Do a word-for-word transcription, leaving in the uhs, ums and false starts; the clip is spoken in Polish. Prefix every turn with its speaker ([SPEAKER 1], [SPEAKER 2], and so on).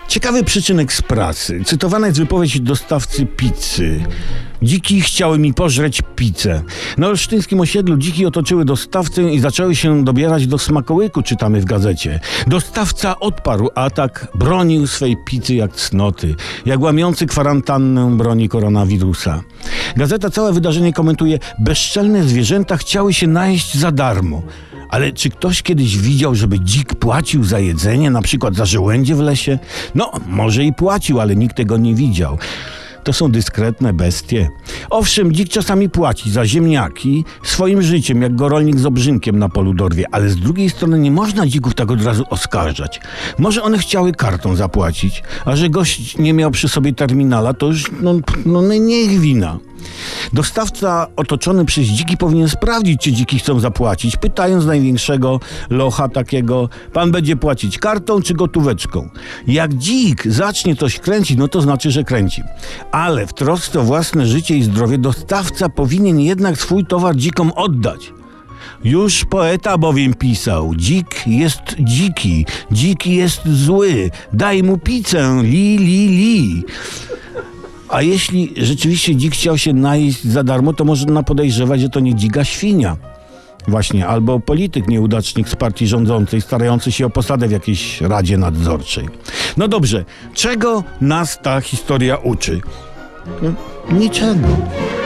[SPEAKER 1] Ciekawy przyczynek z prasy. Cytowana jest wypowiedź dostawcy pizzy. Dziki chciały mi pożreć pizzę. Na olsztyńskim osiedlu dziki otoczyły dostawcę i zaczęły się dobierać do smakołyku, czytamy w gazecie. Dostawca odparł atak, bronił swej pizzy jak cnoty, jak łamiący kwarantannę broni koronawirusa. Gazeta całe wydarzenie komentuje: bezczelne zwierzęta chciały się najeść za darmo. Ale czy ktoś kiedyś widział, żeby dzik płacił za jedzenie, na przykład za żołędzie w lesie? No, może i płacił, ale nikt tego nie widział. To są dyskretne bestie. Owszem, dzik czasami płaci za ziemniaki swoim życiem, jak go rolnik z obrzynkiem na polu dorwie, ale z drugiej strony nie można dzików tak od razu oskarżać. Może one chciały kartą zapłacić, a że gość nie miał przy sobie terminala, to już no, no nie ich wina. Dostawca otoczony przez dziki powinien sprawdzić, czy dziki chcą zapłacić, pytając największego locha takiego: pan będzie płacić kartą czy gotóweczką? Jak dzik zacznie coś kręcić, no to znaczy, że kręci. Ale w trosce o własne życie i zdrowie dostawca powinien jednak swój towar dzikom oddać. Już poeta bowiem pisał: dzik jest dziki, dziki jest zły, daj mu pizzę, li, li, li. A jeśli rzeczywiście dzik chciał się najeść za darmo, to można podejrzewać, że to nie dzika świnia. Właśnie, albo polityk nieudacznik z partii rządzącej, starający się o posadę w jakiejś radzie nadzorczej. No dobrze, czego nas ta historia uczy? No, niczego.